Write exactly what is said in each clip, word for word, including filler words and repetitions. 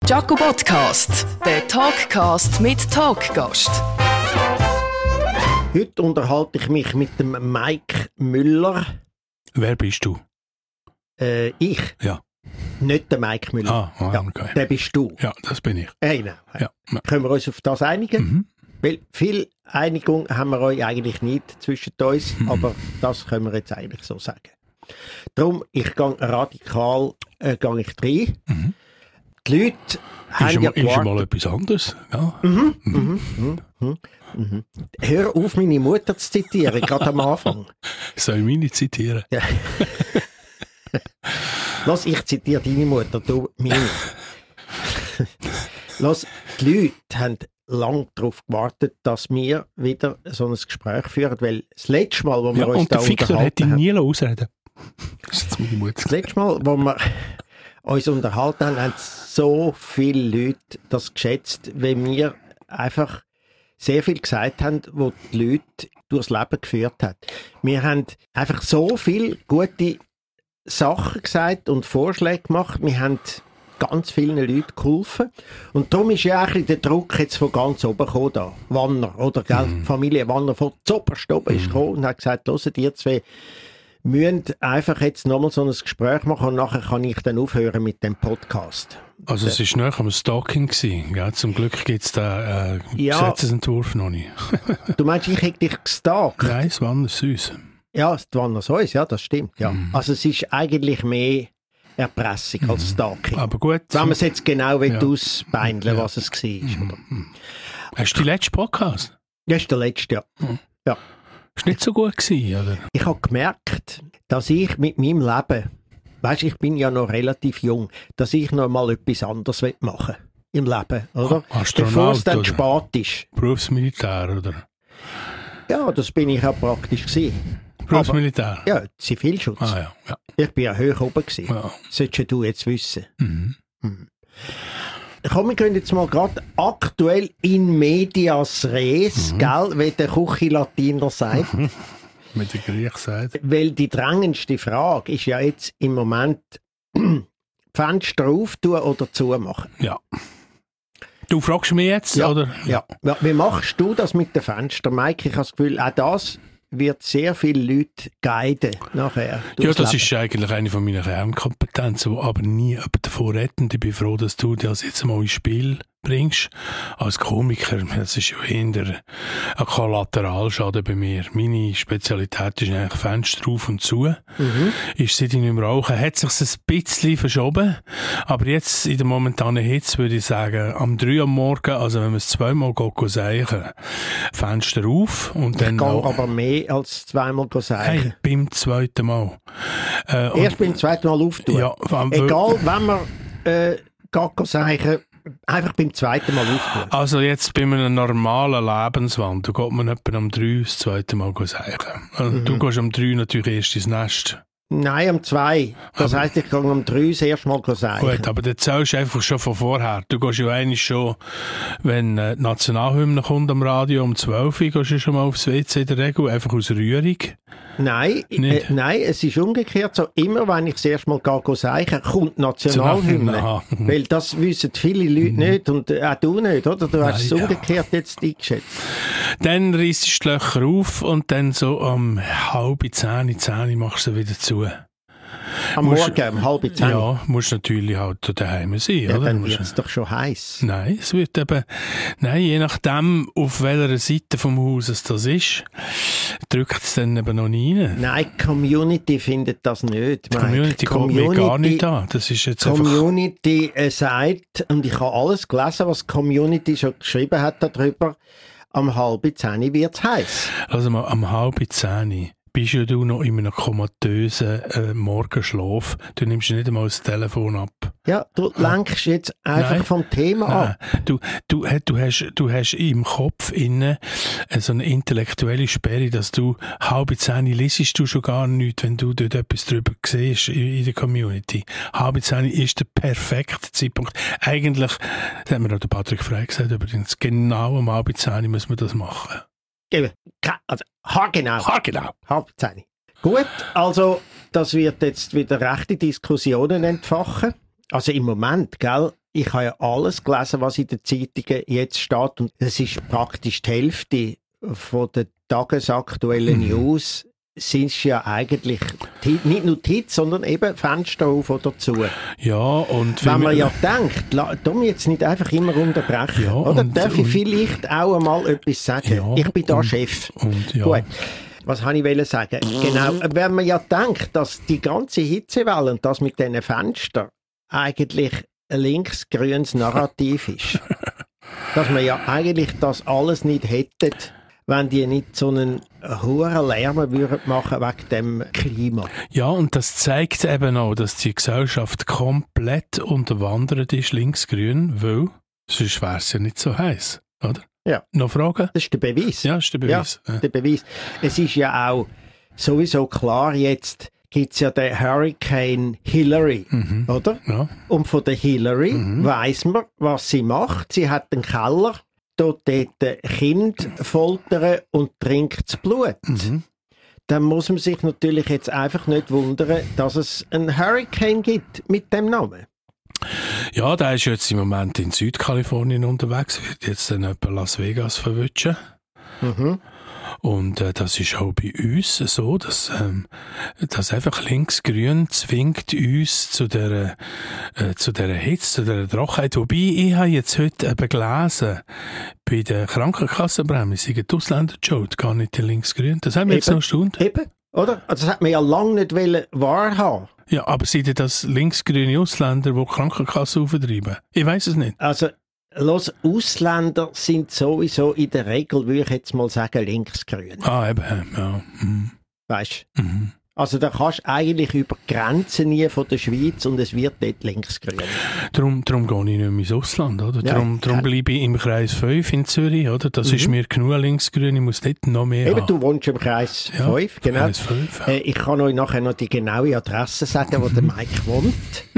Giaco Podcast, der Talkcast mit Talkgast. Heute unterhalte ich mich mit dem Mike Müller. Wer bist du? Äh, ich? Ja. Nicht der Mike Müller. Ah, ah ja, okay. Der bist du. Ja, das bin ich. Hey, genau. Ja. Können wir uns auf das einigen? Mhm. Weil viel Einigung haben wir euch eigentlich nicht zwischen uns, mhm. aber das können wir jetzt eigentlich so sagen. Darum, ich gehe radikal äh, gehe ich rein. Mhm. Die Leute ist haben ja Ist schon mal etwas anderes. Ja. Mhm. Mhm. Mhm. Mhm. Mhm. Hör auf, meine Mutter zu zitieren, gerade am Anfang. Soll ich meine zitieren? Ja. Lass, ich zitiere deine Mutter, du meine. Lass, die Leute haben lange darauf gewartet, dass wir wieder so ein Gespräch führen, weil das letzte Mal, wo wir ja, uns und da der Victor hat ihn haben, nie ausreden. Das ist jetzt meine Mutter. das letzte Mal, wo wir uns unterhalten haben, haben so viele Leute das geschätzt, weil wir einfach sehr viel gesagt haben, was die Leute durchs Leben geführt hat. Wir haben einfach so viele gute Sachen gesagt und Vorschläge gemacht. Wir haben ganz vielen Leuten geholfen. Und darum ist ja eigentlich der Druck jetzt von ganz oben gekommen, da. Wanner, oder, gell? Mm. Familie Wanner von zoberst oben mm. ist gekommen und hat gesagt, hört, ihr zwei müssen einfach jetzt nochmal so ein Gespräch machen und nachher kann ich dann aufhören mit dem Podcast. Also es war näher am Stalking gewesen, gell? Zum Glück gibt es den äh, ja, Gesetzesentwurf noch nicht. Du meinst, ich hätte dich gestalkt? Nein, es war anders süß. Ja, es war anders süß, ja, das stimmt. Ja. Mm. Also es ist eigentlich mehr Erpressung mm. als Stalking. Aber gut. Wenn man es jetzt genau ja. ausbeindeln, ja. was es war. Mm. Hast du den letzten Podcast? Das ist der letzte, ja. Mm. ja. Ist nicht so gut gewesen, oder? Ich habe gemerkt, dass ich mit meinem Leben, weisst, ich bin ja noch relativ jung, dass ich noch mal etwas anderes machen will im Leben, oder? Bevor es dann spät ist. Berufsmilitär, oder? Ja, das bin ich auch praktisch gewesen. Berufsmilitär? Aber, ja, Zivilschutz. Ah, ja, ja. Ich bin ja hoch oben gewesen. Ja. Solltest du jetzt wissen. Mhm. Mhm. Komm, wir können jetzt mal gerade aktuell in medias res, mhm. gell, wie der Küche-Latiner sagt. Mhm. Mit der Griech sagt. Weil die drängendste Frage ist ja jetzt im Moment, Fenster auftun oder zumachen. Ja. Du fragst mich jetzt, ja. oder? Ja. ja. Wie machst du das mit den Fenstern, Mike? Ich habe das Gefühl, auch das wird sehr viele Leute guiden nachher. Ja, das Leben. ist eigentlich eine von meinen Kernkompetenzen, die aber nie jemand davon redet. Und ich bin froh, dass du das jetzt mal ins Spiel bringst. Als Komiker, das ist ja eher ein Kollateralschaden bei mir. Meine Spezialität ist eigentlich Fenster auf und zu. Mhm. Ist seit ich nicht mehr rauche, hat sich ein bisschen verschoben. Aber jetzt, in der momentanen Hitze, würde ich sagen, am drei am Morgen, also wenn man es zweimal geht, seichen, Fenster auf und dann ich gehe auch, aber mehr als zweimal seichen. Hey, beim zweiten Mal. Äh, Erst beim zweiten Mal auftun. Ja, egal, wenn man äh, geht seichen, einfach beim zweiten Mal auftun. Also jetzt bei einem normalen Lebenswandel geht man etwa am drei das zweite Mal seichen. Also mhm. Du gehst am drei natürlich erst ins Nest. Nein, am zwei. Das aber, heisst, ich gehe am drei das erste Mal seichen. Gut, aber dann zählst du einfach schon von vorher. Du gehst ja eigentlich schon, wenn äh, die Nationalhymne kommt am Radio um zwölf Uhr, gehst du schon mal aufs W C in der Regel, einfach aus Rührung. Nein, äh, nein, es ist umgekehrt so. Immer wenn ich das erste Mal gehe seichen, kommt die Nationalhymne. Weil das wissen viele Leute nicht und äh, auch du nicht, oder? Du hast es ja. umgekehrt jetzt eingeschätzt. Dann reissst du die Löcher auf und dann so um halb zehn, zehn machst du sie wieder zu. Am musst, Morgen, um halb zehn? Ja, musst natürlich halt daheim sein, ja, oder? Dann wird es doch schon heiß. Nein, es wird eben, nein, je nachdem, auf welcher Seite vom Haus es das ist, drückt es dann eben noch nie rein. Nein, die Community findet das nicht. Die Community, Community kommt mir gar nicht an. Das ist jetzt Community äh, sagt, und ich habe alles gelesen, was die Community schon geschrieben hat darüber, am halb zehn wird es heiß. Also mal am halb zehn bist ja du noch in einem komatösen äh, Morgenschlaf. Du nimmst nicht einmal das Telefon ab. Ja, du lenkst jetzt einfach Nein. vom Thema Nein. ab. Du, du, du, hast, du hast im Kopf innen so eine intellektuelle Sperre, dass du halb zehn liest du schon gar nichts, wenn du dort etwas drüber siehst in, in der Community. Halb zehn ist der perfekte Zeitpunkt. Eigentlich, das hat mir auch der Patrick Frey gesagt, übrigens, genau um halb zehn muss man das machen. Also, haargenau. Haargenau. Halb zehn. Gut, also, das wird jetzt wieder rechte Diskussionen entfachen. Also im Moment, gell, ich habe ja alles gelesen, was in den Zeitungen jetzt steht. Und es ist praktisch die Hälfte von den tagesaktuellen mhm. News sind ja eigentlich die, nicht nur die Hits, sondern eben Fenster auf oder zu. Ja, und wenn man ja denkt, da muss jetzt nicht einfach immer unterbrechen. Ja, oder und, darf ich und, vielleicht auch einmal etwas sagen? Ja, ich bin da und, Chef. Und, ja. Gut. Was wollte ich sagen? Genau, wenn man ja denkt, dass die ganze Hitzewelle und das mit diesen Fenstern eigentlich ein links-grünes Narrativ ist, dass man ja eigentlich das alles nicht hätte, wenn die nicht so einen hohen Lärm würden machen wegen dem Klima. Ja, und das zeigt eben auch, dass die Gesellschaft komplett unterwandert ist, links-grün, weil sonst wäre es ja nicht so heiß, oder? Ja. Noch Fragen? Das ist der Beweis. Ja, das ist der Beweis. Ja, der Beweis. Es ist ja auch sowieso klar, jetzt gibt es ja den Hurricane Hillary, mhm. oder? Ja. Und von der Hillary mhm. weiss man, was sie macht. Sie hat einen Keller, dort Kind foltern und trinkt das Blut. Mhm. Dann muss man sich natürlich jetzt einfach nicht wundern, dass es einen Hurricane gibt mit dem Namen. Ja, der ist jetzt im Moment in Südkalifornien unterwegs, wird jetzt dann etwa Las Vegas verwutschen. Mhm. Und äh, das ist auch bei uns so, dass, ähm, dass einfach linksgrün zwingt uns zu der, äh, zu der Hitze, zu der Trockenheit. Wobei, ich habe jetzt heute eben gelesen, bei der Krankenkassenprämie sind die Ausländer schuld, gar nicht die linksgrün. Das haben wir jetzt noch erstaunt. Eben, oder? Also das hat man ja lange nicht wahrhaben. Ja, aber sind das linksgrüne Ausländer, die die Krankenkasse auftreiben? Ich weiss es nicht. Also, los, Ausländer sind sowieso in der Regel, würde ich jetzt mal sagen, linksgrün. Ah, eben, ja. Mhm. Weißt du? Mhm. Also da kannst du eigentlich über die Grenzen nie von der Schweiz und es wird dort linksgrün. Darum, darum gehe ich nicht mehr ins Ausland, oder? Ja, darum, darum bleibe ich im Kreis fünf in Zürich, oder? Das mhm. ist mir genug linksgrün, ich muss dort noch mehr Eben, haben. du wohnst im Kreis ja, fünf, genau. Kreis fünf, ja. äh, ich kann euch nachher noch die genaue Adresse sagen, wo der Mike wohnt.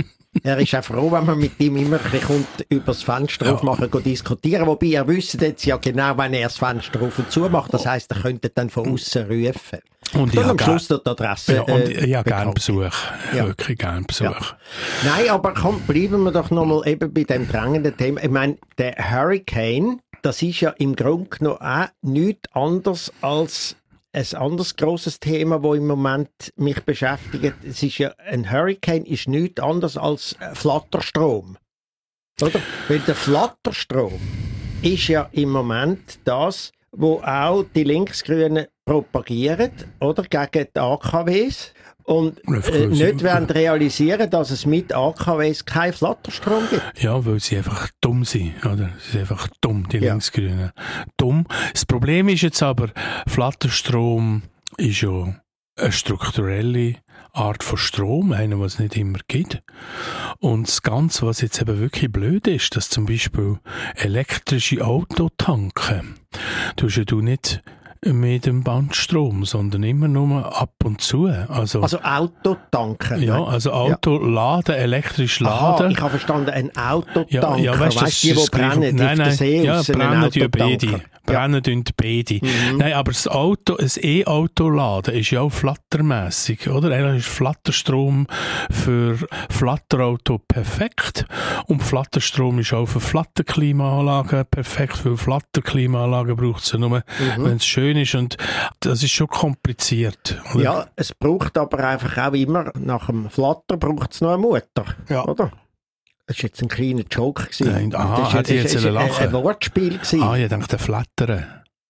Er ist auch froh, wenn man mit ihm immer ein bisschen über das Fenster ja. aufmachen und diskutieren. Wobei, er wüsste jetzt ja genau, wenn er das Fenster auf und zu macht. Das heisst, er könnte dann von außen rufen. Und dann am Schluss dort die Adresse. Ja, und äh, ich habe gerne Besuch. Ja. Wirklich gerne Besuch. Ja. Nein, aber komm, bleiben wir doch nochmal eben bei dem drängenden Thema. Ich meine, der Hurricane, das ist ja im Grunde genommen auch nichts anderes als ein anderes grosses Thema, das im Moment mich beschäftigt. Es ist ja, ein Hurricane ist nichts anderes als Flatterstrom. Oder? Weil der Flatterstrom ist ja im Moment das, wo auch die Linksgrünen propagieren, oder? Gegen die A K Ws. Und äh, nicht werden realisieren, dass es mit A K Ws keinen Flatterstrom gibt. Ja, weil sie einfach dumm sind, oder? Sie sind einfach dumm, die ja. Linksgrünen. Dumm. Das Problem ist jetzt aber, Flatterstrom ist ja eine strukturelle Art von Strom, eine, was es nicht immer gibt. Und das Ganze, was jetzt eben wirklich blöd ist, dass zum Beispiel elektrische Autos tanken, tust ja du nicht mit dem Bandstrom, sondern immer nur ab und zu. Also, also Auto tanken? Ja, also Auto ja. laden, elektrisch laden. Aha, ich habe verstanden, ein Autotanker. Ja, ja, weißt, weißt du, die, die brennen nein, nein, auf der See ja, aus, brennen die beide. Brennen ja. beide. Mhm. Nein, aber das Auto, ein E-Auto laden ist ja auch flattermässig, oder? Eigentlich ist Flatterstrom für Flatterauto perfekt. Und Flatterstrom ist auch für Flatterklimaanlagen perfekt, weil Flatterklimaanlagen braucht es ja nur, mhm. wenn es schön ist. Und das ist schon kompliziert. Oder? Ja, es braucht aber einfach auch immer, nach dem Flatter braucht es noch eine Mutter, ja. oder? Das war jetzt ein kleiner Joke. Nein, aha, das war jetzt ein, ein, ein Wortspiel. Gewesen. Ah, ich dachte, Flattern.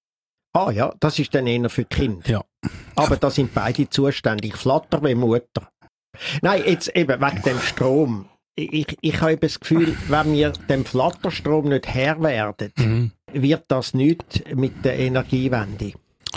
Ah ja, das ist dann eher für die Kinder. Ja. Aber da sind beide zuständig, Flatter wie Mutter. Nein, jetzt eben wegen dem Strom. Ich, ich habe das Gefühl, wenn wir dem Flatterstrom nicht Herr werden, mhm. wird das nichts mit der Energiewende.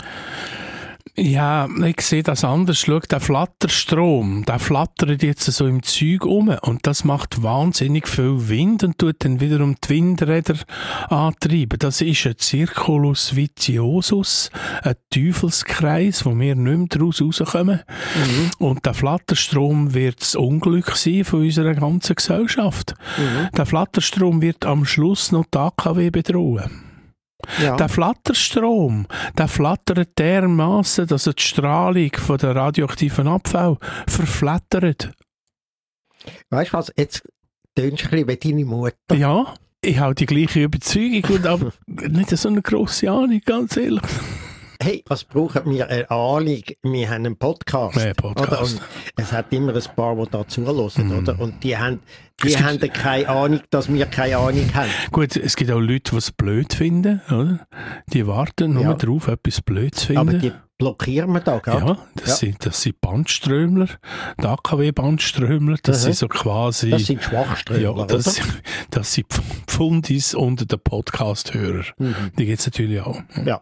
Ja, ich sehe das anders. Schau, der Flatterstrom, der flattert jetzt so im Zeug um und das macht wahnsinnig viel Wind und tut dann wiederum die Windräder antreiben. Das ist ein Circulus viciosus, ein Teufelskreis, wo wir nicht mehr daraus rauskommen. Mhm. Und der Flatterstrom wird das Unglück sein von unserer ganzen Gesellschaft. Mhm. Der Flatterstrom wird am Schluss noch die A K W bedrohen. Ja. Der Flatterstrom, der flattert dermassen, dass er die Strahlung von der radioaktiven Abfall verflattert. Weißt du was, jetzt tönst ein bisschen wie deine Mutter. Ja, ich habe die gleiche Überzeugung, und aber nicht so eine grosse Ahnung, ganz ehrlich. Hey, was brauchen wir eine Ahnung? Wir haben einen Podcast. Ja, Podcast. Oder? Und es hat immer ein paar, die da zuhören, mm. oder? Und die haben, die gibt, haben keine Ahnung, dass wir keine Ahnung haben. Gut, es gibt auch Leute, die es blöd finden, oder? Die warten nur ja. darauf, etwas blöd zu finden. Aber die blockieren wir da, gell? Ja, das, ja. Sind, das sind Bandströmler, die A K W-Bandströmler, das mhm. sind so quasi... Das sind Schwachströmler, ja, das, oder? Das sind Pfundis unter den Podcast-Hörern. Mhm. Die gibt es natürlich auch. Ja.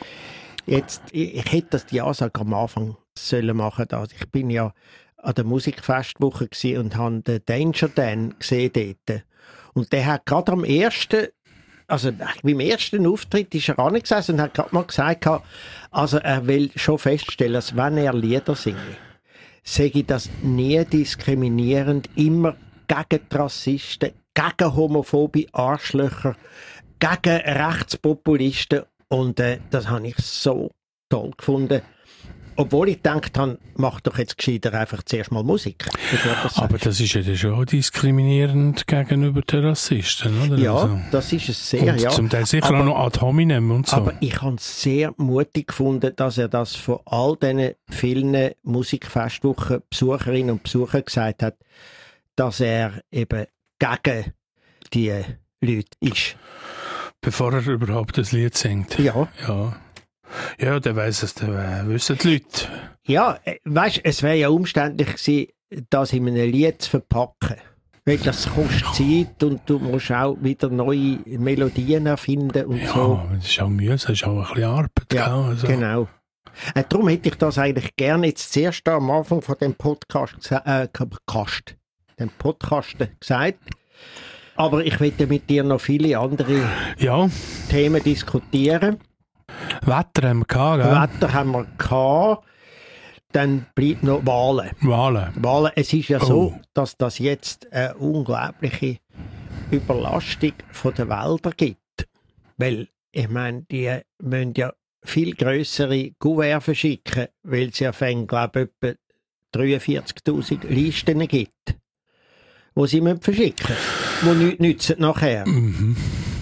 Jetzt, ich, ich hätte das die Ansage am Anfang sollen machen. Also ich bin ja an der Musikfestwoche gsi und habe den Danger Dan gesehen dort. Und der hat gerade am ersten, also beim ersten Auftritt ist er angesessen und hat gerade mal gesagt, also er will schon feststellen, dass wenn er Lieder singe, sage ich das nie diskriminierend, immer gegen die Rassisten, gegen homophobe Arschlöcher, gegen Rechtspopulisten. Und äh, das habe ich so toll gefunden. Obwohl ich gedacht habe, mach doch jetzt gescheiter einfach zuerst mal Musik. Das aber das ist ja schon diskriminierend gegenüber den Rassisten, oder? Ja, also. Das ist es sehr, und ja. Zum Teil sicher aber, auch noch ad hominem und so. Aber ich habe es sehr mutig gefunden, dass er das von all diesen vielen Musikfestwochen Besucherinnen und Besuchern gesagt hat, dass er eben gegen die Leute ist. Bevor er überhaupt das Lied singt. Ja. Ja, ja der weiss es, der wissen die Leute. Ja, weißt, es wäre ja umständlich gewesen, das in einem Lied zu verpacken. Weil das kostet Zeit und du musst auch wieder neue Melodien erfinden und ja, so. Ja, das ist auch Mühe, das ist auch ein bisschen Arbeit. Ja, also. Genau. Äh, darum hätte ich das eigentlich gerne jetzt zuerst am Anfang von dem Podcast, äh, Podcast, dem Podcast gesagt. Aber ich möchte mit dir noch viele andere ja. Themen diskutieren. Wetter haben wir gehabt, gell? Wetter haben wir gehabt. Dann bleibt noch Wahlen. Wahlen. Wahlen. Es ist ja oh. so, dass das jetzt eine unglaubliche Überlastung von den Wäldern gibt. Weil, ich meine, die müssen ja viel grössere Kuverts verschicken, weil es ja fängt, glaube ich, etwa dreiundvierzigtausend Listen gibt, die sie verschicken müssen, die nichts nützen nachher. Mhm.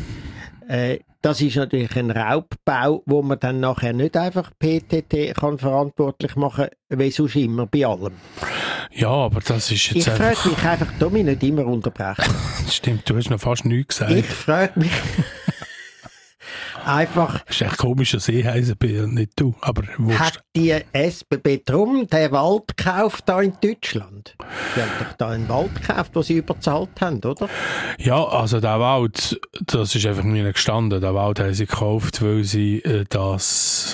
Äh, das ist natürlich ein Raubbau, wo man dann nachher nicht einfach P T T kann verantwortlich machen kann, wie sonst immer bei allem. Ja, aber das ist jetzt ich einfach... Ich frage mich einfach, da mich nicht immer unterbrechen. Stimmt, du hast noch fast nichts gesagt. Ich frage mich... Einfach... Das ist echt komisch, dass ich heiße bin und nicht du, aber wurscht. Hat die S B B drum den Wald gekauft da in Deutschland? Die haben doch da einen Wald gekauft, den sie überzahlt haben, oder? Ja, also der Wald, das ist einfach mir gestanden. Der Wald haben sie gekauft, weil sie äh, das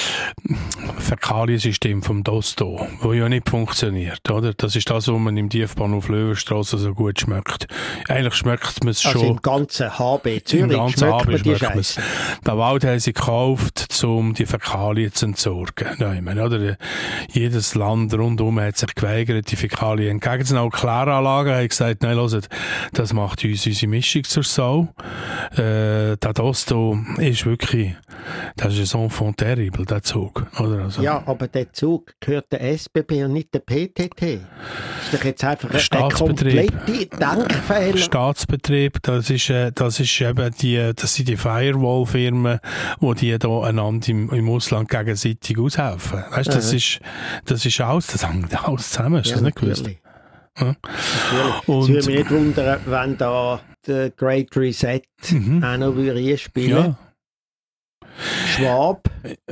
Fäkaliensystem vom Dosto, das ja nicht funktioniert, oder? Das ist das, was man im Tiefbahnhof Löwenstrasse so gut schmeckt. Eigentlich schmeckt man es schon... Also im ganzen H B Zürich im ganzen schmeckt H B man die schmeckt Scheisse. Den Wald haben sie gekauft, um die Fäkalien zu entsorgen. Ja, ich meine, oder? Jedes Land rundherum hat sich geweigert, die Fäkalien entgegenzunehmen. Auch Kläranlagen haben gesagt, nein, hört, das macht uns unsere Mischung zur Sau. Äh, der Dosto ist wirklich, das ist ein Enfant terrible, der Zug. Oder? Also, ja, aber der Zug gehört der S B B und nicht der P T T. Das ist doch jetzt einfach ein komplette Denkfehler. Staatsbetrieb, das ist, äh, das ist eben die, das sind die Firewall-Firmen, die die da einander im, im Ausland gegenseitig aushelfen. Weißt du, das ist, das ist alles, das hängt alles zusammen, hast du ja, das nicht gewusst? Ja. Und es würde mich nicht wundern, wenn da der Great Reset mhm. auch noch einspielen würde. Ja. Schwab,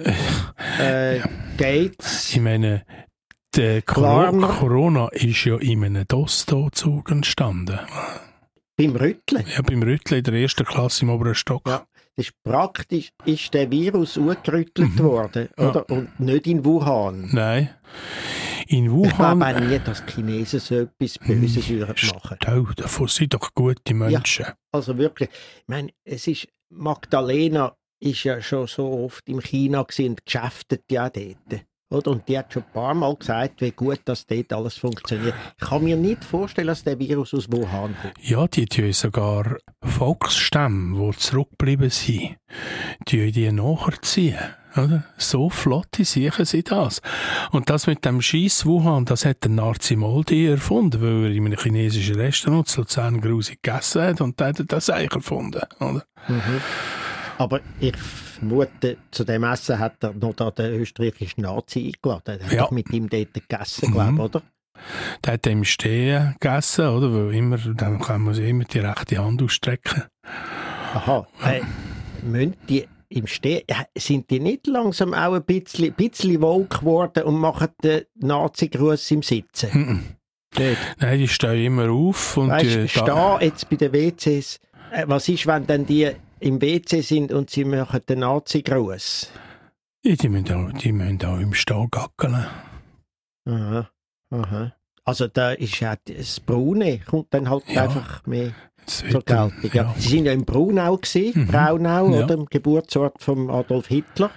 äh, ja. Gates. Ich meine, der Corona, Corona ist ja in einem Dosto-Zug entstanden. Beim Rüttle? Ja, beim Rüttle in der ersten Klasse im oberen Stock. Ja. Das ist praktisch, ist der Virus angerüttelt mhm. worden, oder? Ja. Und nicht in Wuhan. Nein. In Wuhan... Ich glaube auch nie, dass die Chinesen so etwas Böses würden machen. Stau, davon sind doch gute Menschen. Ja, also wirklich. Ich meine, es ist... Magdalena ist ja schon so oft in China gewesen und geschäftet ja dort. Oder? Und die hat schon ein paar Mal gesagt, wie gut das dort alles funktioniert. Ich kann mir nicht vorstellen, dass der Virus aus Wuhan kommt. Ja, die tun sogar Volksstämme, die zurückgeblieben sind, die die nachziehen. Oder? So flotte Sachen sind das. Und das mit dem Scheiss Wuhan, das hat der Nazi Moldi erfunden, weil er in einem chinesischen Restaurant zu Luzern grusig gegessen hat und der hat das eigentlich erfunden. Oder? Mhm. Aber ich vermute, zu dem Essen hat er noch da den österreichischen Nazi eingeladen. Er hat Ja. doch mit ihm dort gegessen, Mhm. glaube ich, oder? Der hat im Stehen gegessen, oder? Weil immer, dann kann man sich immer die rechte Hand ausstrecken. Aha. Äh, müssen die im Stehen, äh, sind die nicht langsam auch ein bisschen, bisschen woke geworden und machen den Nazi-Gruß im Sitzen? Mhm. Nicht? Nein, die stehen immer auf und Weißt die, du, stehen jetzt bei den W Cs, äh, was ist, wenn dann die im W C sind und sie machen den Nazi-Gruß? Ja, die, müssen auch, die müssen auch im Stehen gackeln. Aha, aha. Also da ist ja das Braune, kommt dann halt Ja. einfach mehr Das zur wird dann- Geltung. Ja. Sie sind ja in Braunau gewesen, Mhm. Braunau, Ja. oder? Im Geburtsort von Adolf Hitler.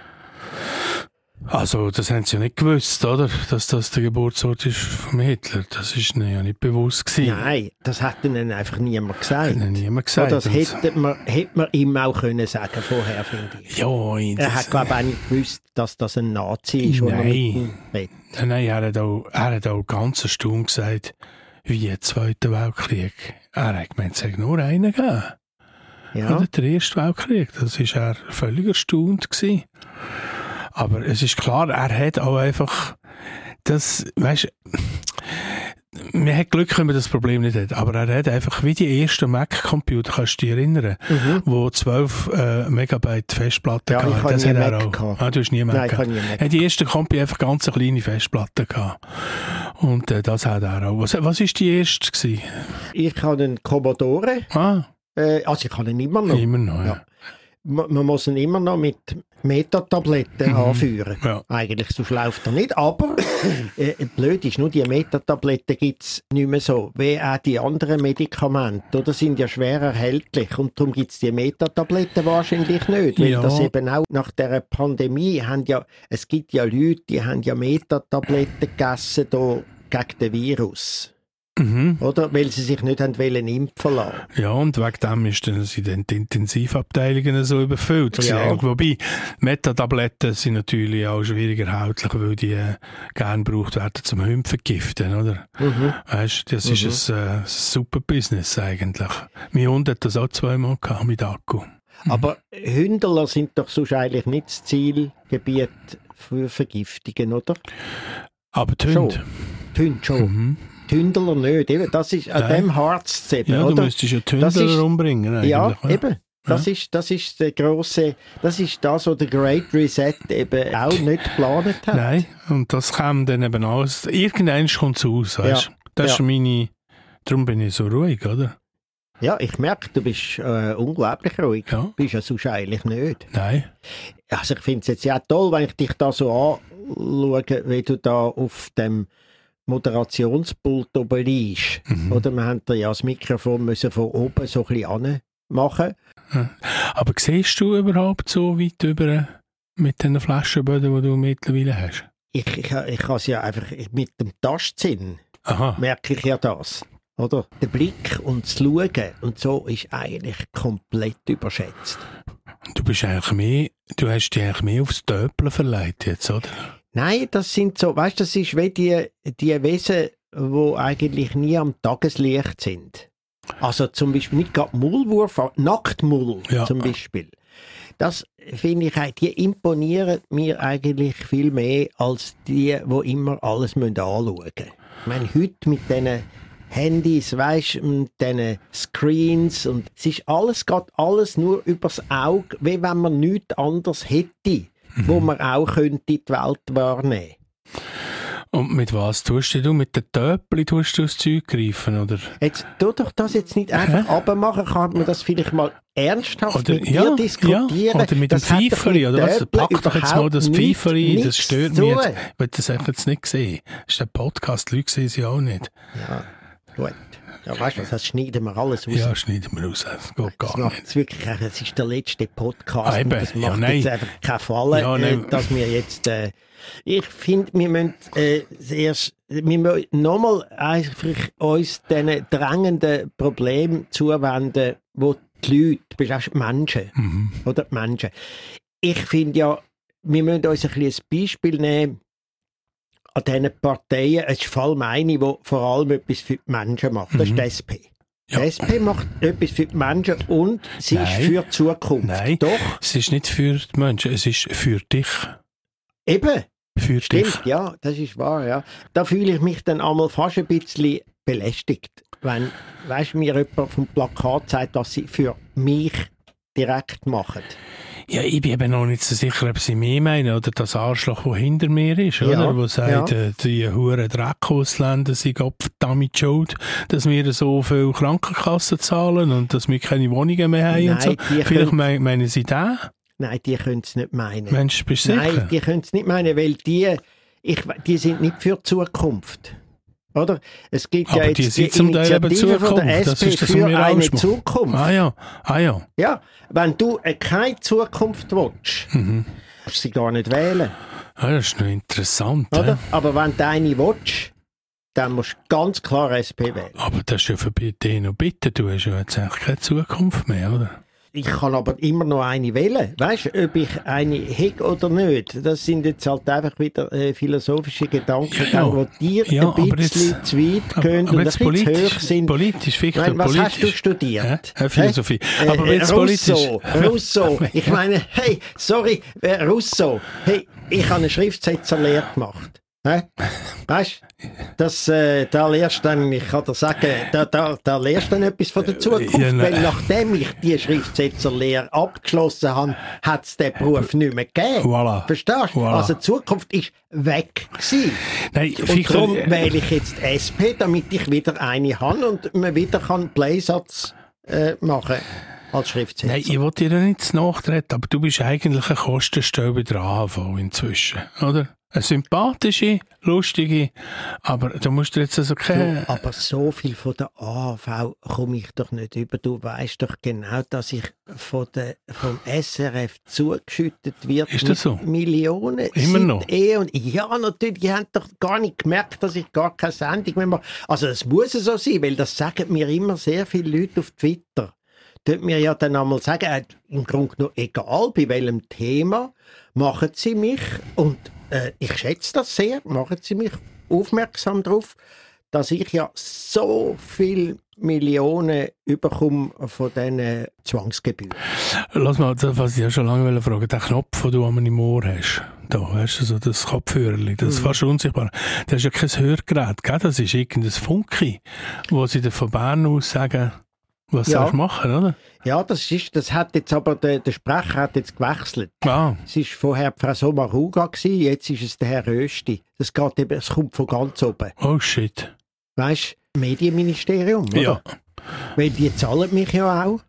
Also, das haben sie ja nicht gewusst, oder? Dass das der Geburtsort ist von Hitler. Das ist ihnen ja nicht bewusst gewesen. Nein, das hat ihnen einfach niemand gesagt. Hat ihnen niemand Ja, gesagt. das Und- hätte man, hätte man ihm auch können sagen vorher, finde ich. Ja, Er das, hat, glaube ich, auch nicht gewusst, dass das ein Nazi ist, der Nein. mit ihm redet. Nein, er hat auch, er hat auch ganz erstaunt gesagt, wie im Zweiten Weltkrieg. Er hat gemeint, es hätte nur einen gegeben. Ja. Oder der Erste Weltkrieg. Das war er völlig erstaunt gewesen. Aber es ist klar, er hat auch einfach das, weißt man hat Glück, wenn man das Problem nicht hat, aber er hat einfach wie die ersten Mac-Computer, kannst du dich erinnern, Mhm. wo zwölf äh, Megabyte Festplatte Ja, ich hatten. habe Das nie hat er Mac auch. gehabt. Ah, du hast nie Mac Nein, ich gehabt. habe nie Mac Er hat die erste Computer einfach ganz eine kleine Festplatte gehabt. Und äh, das hat er auch. Was, was ist die erste gewesen? Ich habe einen Commodore, Ah, äh, also ich habe ihn immer noch. immer noch, ja. Ja. Man, man muss ihn immer noch mit Metatabletten Mhm. anführen. Ja. Eigentlich, sonst läuft er nicht. Aber äh, blöd ist, nur die Metatabletten gibt es nicht mehr so, wie auch die anderen Medikamente. Oder sind ja schwer erhältlich und darum gibt es die Metatabletten wahrscheinlich nicht. Weil Ja. das eben auch nach der Pandemie haben ja, es gibt ja Leute, die haben ja Metatabletten gegessen da gegen den Virus. Mhm. Oder? Weil sie sich nicht haben wollen impfen lassen. Ja, und wegen dem ist dann, sind dann die Intensivabteilungen so überfüllt. Ja. Ja. Wobei, Metatabletten sind natürlich auch schwieriger erhältlich, weil die äh, gerne gebraucht werden zum Hirnvergiften, oder? Mhm. Weißt, das Mhm. ist ein, äh, ein super Business eigentlich. Mein Hund hat das auch zweimal gehabt mit Akku. Aber Hündler sind doch sonst eigentlich nicht das Zielgebiet für Vergiftungen, oder? Aber die Schon. Hunde. Die Hunde schon. Mhm. Die Hündler nicht. Eben, das ist an Nein. dem Harz zu eben, Ja, oder? du müsstest ja die Das Hunde ist- umbringen eigentlich. ja, ja. eben. Das, Ja. ist, das ist der grosse, das ist das, was der Great Reset eben auch nicht geplant hat. Nein, und das kam dann eben alles. Irgendwann kommt es aus, weißt du? Ja. Das ist Ja. meine. Darum bin ich so ruhig, oder? Ja, ich merke, du bist äh, unglaublich ruhig. Ja. Bist ja sonst eigentlich nicht. Nein. Also ich finde es jetzt ja toll, wenn ich dich da so anschaue, wie du da auf dem Moderationspult oben liegst. Mhm. Oder wir haben da ja das Mikrofon müssen von oben so ein bisschen machen. Aber siehst du überhaupt so weit über mit den Flaschenböden, die du mittlerweile hast? Ich, ich, ich kann es ja einfach mit dem Tastsinn Aha. merke ich ja das. Oder? Der Blick und das Schauen und so ist eigentlich komplett überschätzt. Du bist eigentlich mehr, du hast dich eigentlich mehr aufs Döpeln verleiht jetzt, oder? Nein, das sind so, weißt du, das ist wie die, die Wesen, die eigentlich nie am Tageslicht sind. Also zum Beispiel nicht gerade Maulwurf, aber Nacktmull Ja. zum Beispiel. Das finde ich, auch- die imponieren mir eigentlich viel mehr als die, die immer alles anschauen müssen. Ich meine, heute mit diesen Handys, weisst du, mit diesen Screens und es ist alles, geht alles nur übers Auge, wie wenn man nichts anderes hätte, wo man auch könnte die Welt wahrnehmen. Und mit was tust du? Mit den Döpeli tust du das Zeug greifen, oder? Jetzt tu doch das jetzt nicht einfach abmachen, kann man das vielleicht mal ernsthaft Oder- mit ja, dir diskutieren. ja, oder mit dem Das hat doch Pfeiferi, mit oder was? Döpeln Pack doch jetzt mal das überhaupt Pfeiferi, nichts- das stört nichts mich zu jetzt. tun. Ich will das einfach jetzt nicht sehen. Das ist ein Podcast, die Leute sehen sie auch nicht. Ja, gut. Ja, weißt du was, das schneiden wir alles raus. Ja, schneiden wir raus. Das geht Das gar macht nicht. jetzt wirklich, es ist der letzte Podcast Ah, eben. und das Ja, macht nein. jetzt einfach keinen Fall, Ja, äh, nein. dass wir jetzt, äh, ich finde, wir müssen äh, erst, wir müssen nochmal einfach uns diesen drängenden Problemen zuwenden, wo die Leute, du bist auch Menschen, Mhm. oder die Menschen. Ich finde ja, wir müssen uns ein, bisschen ein Beispiel nehmen an diesen Parteien. Es ist vor allem eine, die vor allem etwas für die Menschen macht. Das Mhm. ist die S P. Ja. Die S P macht etwas für die Menschen und sie Nein. ist für die Zukunft. Nein, Doch, es ist nicht für die Menschen, es ist für dich. eben. Für Stimmt, dich. ja, das ist wahr, ja. Da fühle ich mich dann einmal fast ein bisschen belästigt, wenn, weißt, mir jemand vom Plakat sagt, was sie für mich direkt machen. Ja, ich bin eben noch nicht so sicher, ob sie mehr meinen oder das Arschloch, das hinter mir ist, Ja, oder? Wo sagt, ja. äh, die huren Dreck-Ausländer sind Gottverdammt schuld, dass wir so viel Krankenkassen zahlen und dass wir keine Wohnungen mehr haben und so. Nein, die Vielleicht können- mein, meinen sie das? Nein, die können es nicht meinen. Mensch, bist du sicher? Nein, die können es nicht meinen, weil die, ich, die sind nicht für die Zukunft. Oder? Es gibt Aber ja die jetzt sind zum Teil eben Initiative von der Zukunft. Das S P ist das, was für wir eine alles machen. Zukunft. Ah ja, ah ja. Ja, wenn du äh, keine Zukunft willst, Mhm. musst du sie gar nicht wählen. Ah, das ist noch interessant. Oder? hä? Aber wenn du eine willst, dann musst du ganz klar S P wählen. Aber das ist ja für dich noch bitte, du hast ja jetzt eigentlich keine Zukunft mehr, oder? Ich kann aber immer noch eine wählen. Weißt du, ob ich eine hätte oder nicht, das sind jetzt halt einfach wieder äh, philosophische Gedanken, Ja, ja. die dir Ja, ein aber bisschen jetzt- zu weit Aber, gehen aber und ein jetzt bisschen zu politisch, hoch sind. politisch, Victor, Nein, was politisch. hast du studiert? Hä? Äh, Philosophie. Äh, Aber äh, jetzt politisch. Rousseau, Rousseau. Ich meine, hey, sorry, äh, Rousseau. Hey, ich habe eine Schriftsetzerlehre gemacht. Hä? Weißt du, das, äh, da lernst du dann, ich kann dir sagen, da, da, da lernst du dann etwas von der Zukunft, Ja, nein. weil nachdem ich die Schriftsetzerlehre abgeschlossen habe, hat es den Beruf nicht mehr gegeben. Voilà. Verstehst du? Voilà. Also die Zukunft ist weg gewesen. Nein, Und Victor, darum äh, wähle ich jetzt S P, damit ich wieder eine habe und man wieder kann Playsatz äh, machen als Schriftsetzer. Nein, ich will dir ja nicht zu nachtreten, aber du bist eigentlich eine Kostenstelle bei der A H V inzwischen, oder? Eine sympathische, lustige, aber du musst dir jetzt also keine... Du, aber so viel von der A H V komme ich doch nicht über. Du weißt doch genau, dass ich von der, vom S R F zugeschüttet wird. Ist das so? Millionen. Immer seit noch? Eh und ja, natürlich, die haben doch gar nicht gemerkt, dass ich gar keine Sendung mehr mache. Also das muss so sein, weil das sagen mir immer sehr viele Leute auf Twitter. Dort mir ja dann einmal sagen, äh, im Grunde genommen egal, bei welchem Thema, machen sie mich, und äh, ich schätze das sehr, machen sie mich aufmerksam darauf, dass ich ja so viele Millionen überkomme von diesen Zwangsgebühren. Lass mal, das, was ich ja schon lange fragen wollte, der Knopf, den du an meinem Ohr hast, da, weißt du, so das Kopfhörerli, das ist fast unsichtbar. Das ist ja kein Hörgerät, gell? Das ist irgendein Funky, wo sie dir von Bern aus sagen, was Ja. sollst du machen, oder? Ja, das ist, das hat jetzt aber, der, der Sprecher hat jetzt gewechselt. Ah, Es war vorher Frau Sommaruga gewesen, jetzt ist es der Herr Rösti. Das geht eben, es kommt von ganz oben. oh shit. Weißt du, Medienministerium, oder? Ja. Weil die zahlen mich ja auch.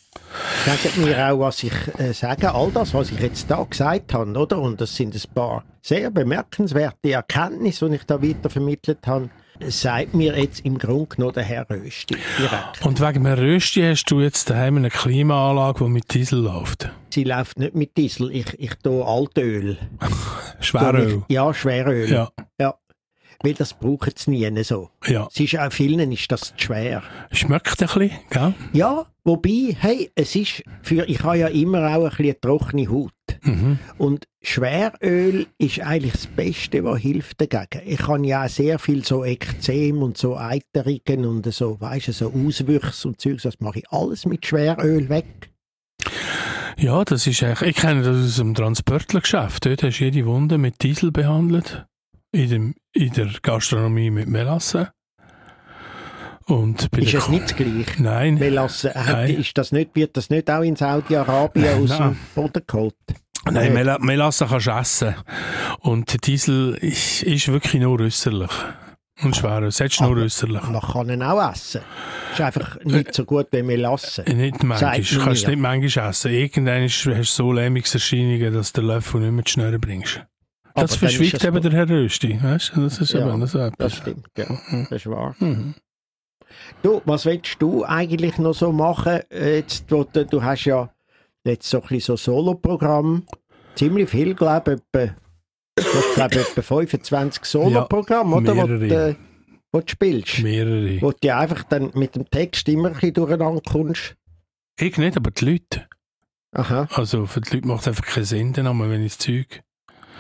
Sagen mir auch, was ich äh, sage, all das, was ich jetzt da gesagt habe, oder? Und das sind ein paar sehr bemerkenswerte Erkenntnisse, die ich da weitervermittelt habe. Sagt mir jetzt im Grunde genommen der Herr Rösti direkt. Und wegen dem Rösti hast du jetzt daheim eine Klimaanlage, die mit Diesel läuft. Sie läuft nicht mit Diesel, ich, ich tue Altöl. Schweröl. Ja, Schweröl. Ja, Ja. Weil das brauchen sie nie so. ja. Es ist auch vielen ist das zu schwer. Schmeckt ein bisschen, gell? Ja, wobei, hey, es ist für, ich habe ja immer auch ein bisschen eine trockene Haut. Mhm. Und Schweröl ist eigentlich das Beste, was hilft dagegen. Ich habe ja auch sehr viel so Ekzem und so Eiterungen und so, weisst du, so Auswüchse und Zeugs, das mache ich alles mit Schweröl weg. Ja, das ist eigentlich, ich kenne das aus dem Transportlergeschäft. Dort hast du jede Wunde mit Diesel behandelt. In, dem, in der Gastronomie mit Melasse. Und bei Ist der es Ko- nicht das Gleiche? Nein. Melasse, äh, Nein. ist das nicht, wird das nicht auch in Saudi-Arabien aus Nein. dem Boden geholt? Nein, Äh, Mel Melasse kannst du essen. Und Diesel ist, ist wirklich nur äußerlich. Und schwer, es ist nur Aber- äußerlich. Man kann ihn auch essen. Ist einfach nicht so gut wie Melasse. Nicht manchmal. Sagt man Kannst du mir. nicht manchmal essen. Irgendwann hast du so Lähmungserscheinungen, dass du den Löffel nicht mehr zu schnell bringst. Aber Das dann ist verschweigt es eben gut. der Herr Rösti. Weißt du? Das ist Ja, eben so Das etwas. stimmt, ja. Mhm. Das ist wahr. Mhm. Du, was willst du eigentlich noch so machen? äh, Jetzt, wo du, du hast ja jetzt so ein bisschen so Soloprogramm. Ziemlich viel, glaube ich. Etwa, ich glaube, etwa fünfundzwanzig Soloprogramme, oder? Wo du, mehrere. äh, wo du spielst. Mehrere. Wo du einfach dann mit dem Text immer ein bisschen durcheinander kommst. Ich nicht, aber die Leute. Aha. Also für die Leute macht es einfach keinen Sinn, dann, wenn ich das Zeug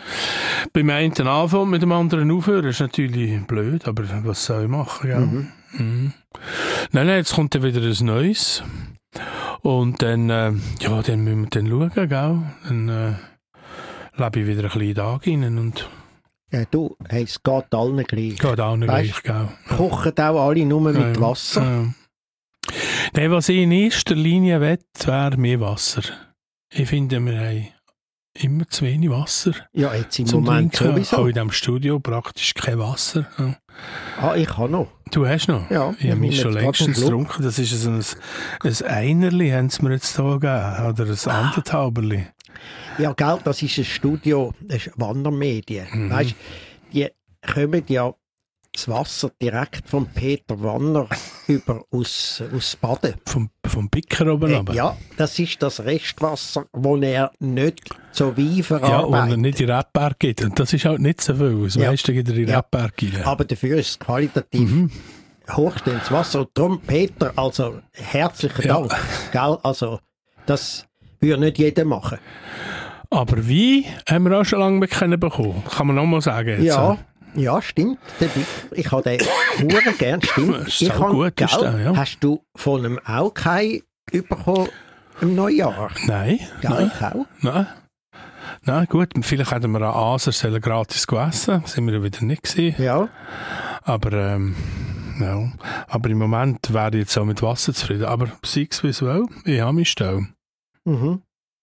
Beim einen anfangen, mit dem anderen aufhören, ist natürlich blöd, aber was soll ich machen? Ja. Mhm. Mhm. Nein, nein, jetzt kommt dann wieder ein Neues. Und dann, äh, ja, dann müssen wir dann schauen, gell? Dann äh, lebe ich wieder ein bisschen Tag rein und Ja, du, hey, es geht allen gleich. geht auch nicht Weißt, gleich, gell? Kochen auch alle nur mit Ja, Wasser. ja. Nein, was ich in erster Linie will, wäre mehr Wasser. Ich finde, wir haben immer zu wenig Wasser Ja, jetzt im zum Moment Trinken. Auch sowieso. in diesem Studio praktisch kein Wasser. Ja. Ah, ich habe noch. Du hast noch? Ja, Ich habe mich ich schon nehme jetzt längstens gerade einen getrunken. Das ist so ein, ein Einerli, haben sie mir jetzt hier gegeben. Oder ein Ah. Anderthalberli. Ja, gell, das ist ein Studio, das ist Wandermedien. Mhm. Weißt, die kommen ja das Wasser direkt von Peter Wanner über aus, aus Baden. Vom, vom Bicker oben Äh, runter. ja, das ist das Restwasser, das er nicht so wie Ja, verarbeitet. und er nicht in den Rebberg geht. Und das ist halt nicht so viel. Das Ja. meiste geht er in den Ja. Rebberg rein. Aber dafür ist es qualitativ Mhm. hochstehendes Wasser. Und darum, Peter, also herzlichen Ja. Dank. Gell? Also, das würde nicht jeder machen. Aber wie haben wir auch schon lange bekommen bekommen. Kann man noch mal sagen. Jetzt. Ja, ja, stimmt. Der Bicker, ich habe den hure gern, stimmt. Das ist Ich sau habe, gut, ist gell, der, ja. Hast du von einem auch kein bekommen im Neujahr? Nein. Gell, Nein. ich auch. Nein. Nein, gut. Vielleicht hätten wir an Aser sollen gratis gegessen. Das sind wir wieder nicht gewesen. Ja, Aber, ähm, ja. Aber im Moment wäre ich jetzt auch mit Wasser zufrieden. Aber sei es wie es will. Ich habe mich stellen. mhm.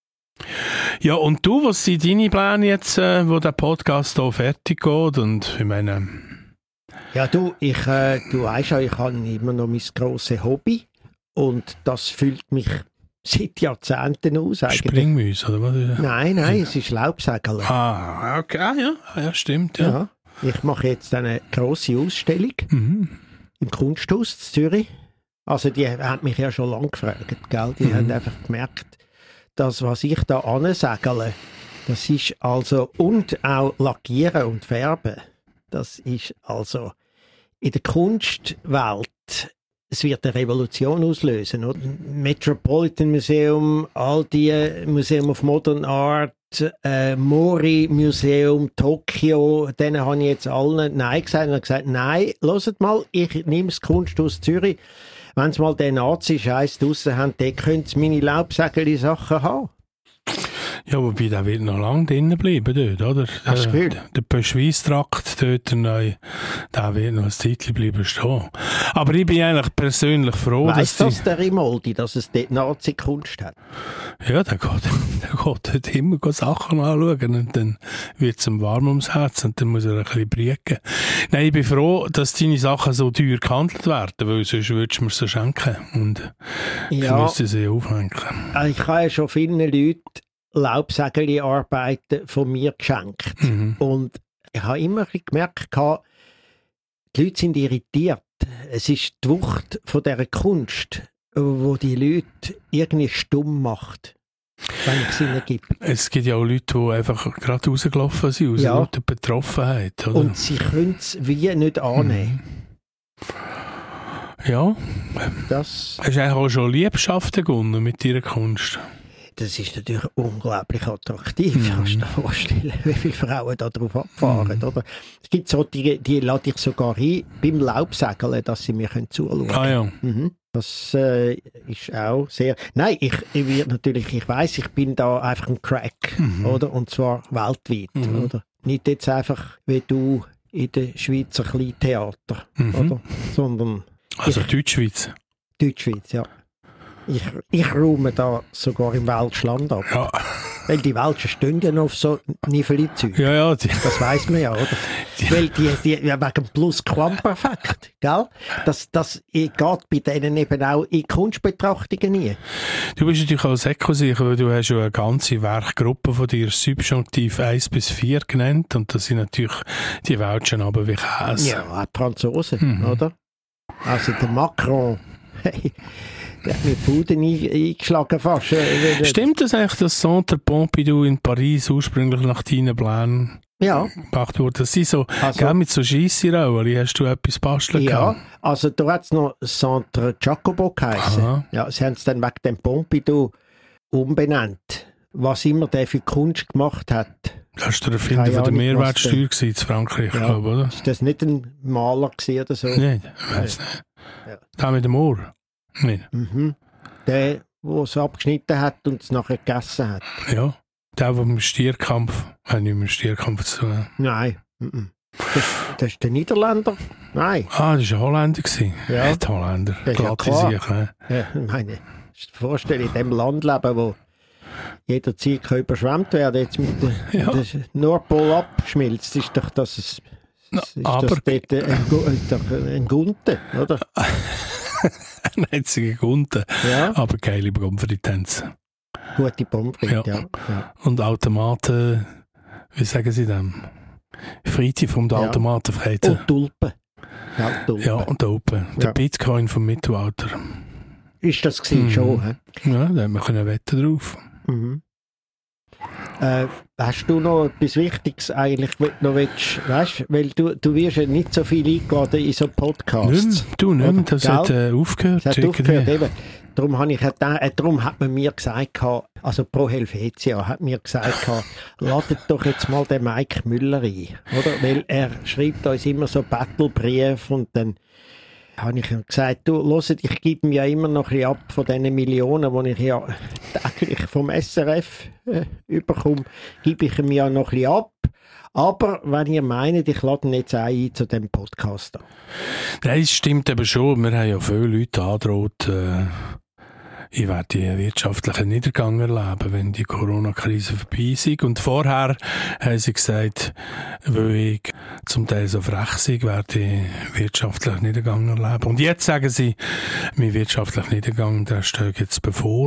Ja, und du, was sind deine Pläne jetzt, äh, wo der Podcast hier fertig geht? Und ich meine, Ja, du, ich, äh, du weißt ja, ich habe immer noch mein grosses Hobby und das füllt mich seit Jahrzehnten aus. Eigentlich. Springmäuse, oder was? Nein, nein, es ist Laubsägerl. Ah, okay, ah, ja, ah, ja, stimmt, ja. Ja. Ich mache jetzt eine grosse Ausstellung Mhm. im Kunsthaus in Zürich. Also die haben mich ja schon lange gefragt, gell? Die Mhm. haben einfach gemerkt, dass was ich da ansägle, das ist also, und auch Lackieren und Färben, das ist also in der Kunstwelt, es wird eine Revolution auslösen, oder? Metropolitan Museum, all die Museum of Modern Art, äh, Mori Museum, Tokio, denen habe ich jetzt allen Nein gesagt und habe gesagt, nein, hört mal, ich nehme das Kunsthaus Zürich. Wenn sie mal den Nazi-Scheiß draussen haben, dann können sie meine Laubsägerli-Sachen haben. Ja, wobei, der wird noch lange drinnen bleiben dort, oder? Hast du das Gefühl? Der, der Beschweisstrakt dort, der neue, der wird noch ein Zeitchen bleiben stehen. Aber ich bin eigentlich persönlich froh, Weiss dass das der Rimoldi, dass es dort Nazi-Kunst hat? die, ja, der geht, der geht dort immer Sachen anschauen und dann wird es ihm warm ums Herz und dann muss er ein bisschen brieken. Nein, ich bin froh, dass deine Sachen so teuer gehandelt werden, weil sonst würdest du mir sie schenken und ich Ja, müsste sie aufhängen. äh, ich habe ja schon vielen Leuten Laubsägerli-Arbeiten von mir geschenkt. Mhm. Und ich habe immer ein bisschen gemerkt, gehabt, die Leute sind irritiert. Es ist die Wucht von dieser Kunst, wo die Leute irgendwie stumm macht, wenn es sie nicht gibt. Es gibt ja auch Leute, die einfach gerade rausgelaufen sind, aus Ja. lauter Betroffenheit. Oder? Und sie können es wie nicht annehmen. Ja, Das, hast du eigentlich auch schon Liebschaften gewonnen mit deiner Kunst? das ist natürlich unglaublich attraktiv. Mhm. Kannst du dir vorstellen, wie viele Frauen da drauf abfahren, Mhm. oder? Es gibt so, die, die lade ich sogar ein, beim Laubsägeln, dass sie mir können zuschauen können. Ah ja. Mhm. Das äh, ist auch sehr... Nein, ich, ich wird natürlich, ich weiss, ich bin da einfach ein Crack, Mhm. oder? Und zwar weltweit, Mhm. oder? Nicht jetzt einfach wie du in den Schweizer Kleintheater, Mhm. oder? Sondern Also Deutschschweiz. Deutschschweiz, ja. Ich, ich räume da sogar im Welschland ab. Ja, Weil die Welschen stehen ja noch auf so Niveli-Zeug. ja, ja. Die, Das weiss man ja, oder? Weil die, die, ja, wegen Plusquamperfekt, gell? Das, das geht bei denen eben auch in Kunstbetrachtungen nie. du bist natürlich auch Säcko-sicher, weil du hast ja eine ganze Werkgruppe von dir Subjunktiv eins bis vier genannt und das sind natürlich die Welschen aber wie Käse. Ja, auch die Franzosen, Mhm. oder? Also der Macron, hey, der hat mir die Bude ein- eingeschlagen fast. Äh, Stimmt das eigentlich, dass Centre Pompidou in Paris ursprünglich nach deinen Plänen Ja, gemacht wurde? Das sind so, Also- gell, mit so Scheisserollen, hast du etwas basteln ja. können? Also da hat es noch Centre Jacobo geheißen. Aha. Ja, sie haben es dann wegen dem Pompidou umbenannt. was immer der für Kunst gemacht hat. Das war der Erfinder von der Mehrwertsteuer in Frankreich, ja. glaube ich, oder? Ist das nicht ein Maler oder so? Nein, ich weiss nicht. Ja. Der mit dem Ohr? Nein. Mhm. Der, der es abgeschnitten hat und es nachher gegessen hat. Ja, der, der im Stierkampf, hat nicht mit dem Stierkampf zu tun. Nein. Mhm. Das, das ist der Niederländer? Nein. Ah, das war ein Holländer. Ja. Nicht Holländer. Das ist ja Glatte klar. Sicht, ne? Ja, ich meine, ich vorstelle, in dem Land leben, wo jederzeit kann überschwemmt werden, jetzt mit der, Ja. der Nordpol abschmilzt, ist doch das, ist das aber- dort ein, Gu- ist doch ein Gunte, oder? Ein einziger Gunten. Ja, Aber geile Konferenz. gute Pommes frites, ja. Ja. Ja. Und Automaten, wie sagen sie dem? Freitag vom Ja. Automaten freiten. Und Tulpen. Ja, Tulpen. Ja, und oben. Der Ja. Bitcoin vom Mittelalter. Ist das gewesen, Mhm. schon, hä? Ja, da haben wir können wetten drauf. Mhm. Äh, hast du noch etwas Wichtiges eigentlich, was du noch willst, weißt, weil du, du wirst ja nicht so viel eingeladen in so Podcasts. Nicht mehr, du nicht mehr, das Gell? hat äh, aufgehört. Das hat irgendwie. aufgehört, eben. Darum, habe ich gedacht, äh, darum hat man mir gesagt, gehabt, also Pro Helvetia hat mir gesagt, gehabt, ladet doch jetzt mal den Mike Müller ein, oder? Weil er schreibt uns immer so Battlebriefe und dann habe ich ihm gesagt, du, hört, ich gebe mir ja immer noch ein bisschen ab von diesen Millionen, die ich ja täglich vom S R F äh, überkomme, gebe ich ihm ja noch ein bisschen ab. Aber wenn ihr meint, ich lade ihn jetzt auch ein zu diesem Podcast an. Nein, es stimmt eben schon. Wir haben ja viele Leute angedroht, äh, ich werde einen wirtschaftlichen Niedergang erleben, wenn die Corona-Krise vorbei ist. Und vorher haben sie gesagt, weil ich zum Teil so frech sei, werde ich einen wirtschaftlichen Niedergang erleben. Und jetzt sagen sie, mein wirtschaftlicher Niedergang, der steht jetzt bevor.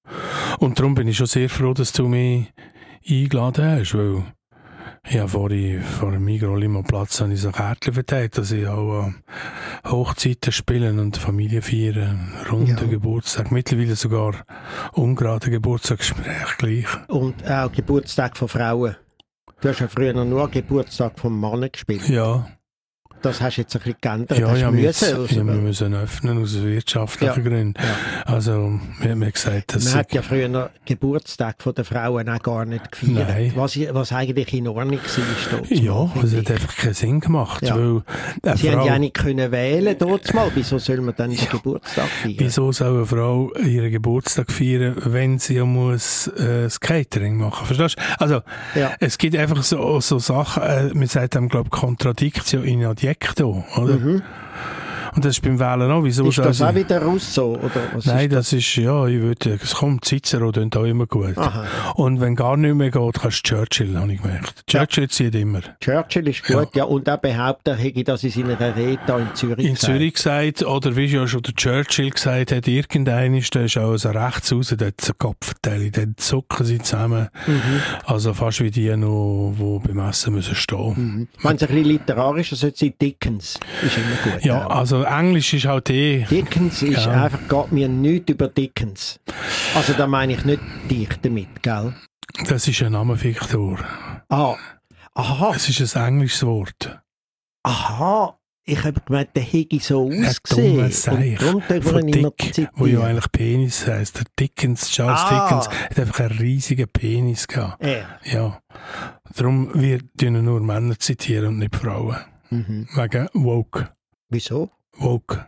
Und darum bin ich schon sehr froh, dass du mich eingeladen hast, weil ich habe vorhin vor dem Migros-Limo-Platz habe ich so Kärtchen verteilt, dass ich auch an Hochzeiten spielen und Familie feiern, runden Ja. Geburtstag, mittlerweile sogar ungerade Geburtstagsgespräche gleich. Und auch Geburtstag von Frauen. Du hast ja früher noch nur Geburtstag von Männern gespielt. Ja, Das hast du jetzt ein bisschen geändert. ja, Hast ich du habe müssen, jetzt, also, ich habe müssen öffnen aus wirtschaftlichen Ja. Gründen. ja. Also, wir haben gesagt, dass Man hat ja früher noch Geburtstag von den Frauen auch gar nicht gefeiert. Nein. Was, was eigentlich in Ordnung war. ja, es hat einfach keinen Sinn gemacht, Ja. weil eine Sie haben Frau, ja auch nicht können wählen dort mal. Wieso soll man dann den Geburtstag feiern? wieso soll eine Frau ihren Geburtstag feiern, wenn sie ja muss äh, das Catering machen? Verstehst du? Also, Ja. es gibt einfach so, so Sachen, äh, man sagt dem, glaube ich, Contradictio in adjecto, oder? Mhm. Und das ist beim Wählen auch. Wieso Ist soll das sie- auch wieder Russo? Oder was Nein, ist das ist, ja, ich würde, es kommt, Cicero tönt auch immer gut. Aha. Und wenn gar nicht mehr geht, kannst du Churchill, habe ich gemerkt. Churchill zieht immer. Churchill ist gut, ja. Und er behauptet, er hätte das in seiner Rede da in Zürich In gesagt. Zürich gesagt, oder wie ja schon der Churchill gesagt hat, irgendein ist, der ist auch so rechts raus, der hat so Kopfteile, dann zucken sie zusammen. Mhm. Also fast wie die noch, die beim Essen müssen stehen. Mhm. Wenn es ein bisschen literarischer sollte sein, Dickens ist immer gut. Ja, also Englisch ist halt eh... Dickens ist Ja. einfach, geht mir nichts über Dickens. Also da meine ich nicht dich damit, gell? Das ist ein Name Viktor. Ah, aha, Es ist ein englisches Wort. aha. Ich habe gemeint, der hätte so Ein ausgesehen. dummer Seich Und darum dürfen wir von ihn immer Dick, zitieren. wo ja eigentlich Penis heisst. Der Dickens, Charles Ah. Dickens, hat einfach einen riesigen Penis gehabt. Ja. Ja. Darum, wir tun nur Männer zitieren und nicht Frauen. Mhm. Wegen woke. Wieso? Woke.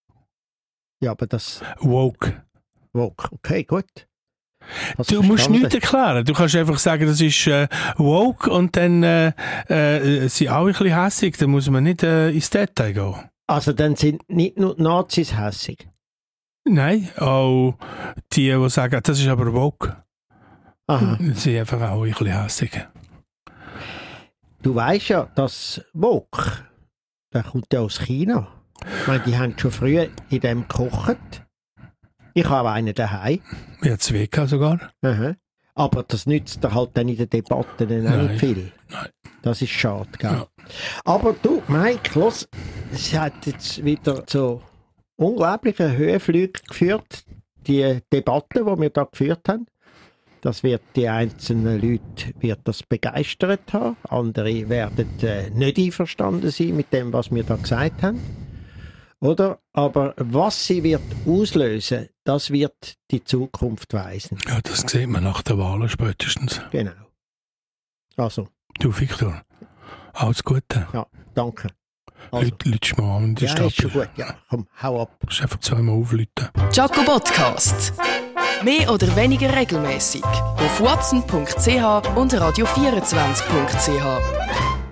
Ja, aber das... Woke. Okay, gut. Hast Du musst verstanden? nichts erklären. Du kannst einfach sagen, das ist äh, woke und dann äh, äh, sind alle ein bisschen hässig. Dann muss man nicht äh, ins Detail gehen. Also dann sind nicht nur die Nazis hässig. Nein, auch die, die sagen, das ist aber woke, Aha. sind einfach auch ein bisschen hässig. Du weißt ja, dass Wok, der kommt ja aus China. Ich meine, die haben schon früher in dem gekocht. Ich habe einen daheim. Ja, zwei gehabt sogar. Aha. Aber das nützt dir halt dann in den Debatten dann auch Nein. nicht viel. Nein. Das ist schade, gell? Ja. Aber du, Mike, los, es hat jetzt wieder zu unglaublichen Höhenflügen geführt, die Debatte, die wir da geführt haben. Das wird die einzelnen Leute wird das begeistert haben. Andere werden äh, nicht einverstanden sein mit dem, was wir da gesagt haben. Oder? Aber was sie wird auslösen, das wird die Zukunft weisen. Ja, das sieht man nach den Wahlen spätestens. Genau. Also. Du, Victor, alles Gute. Ja, danke. Also. Lütsch mal an in die Ja, Stadt. ist schon gut. Ja, komm, hau ab. Du musst einfach zweimal auflüten. Jaco Podcast. Mehr oder weniger regelmäßig auf watson punkt c h und radio vierundzwanzig punkt c h.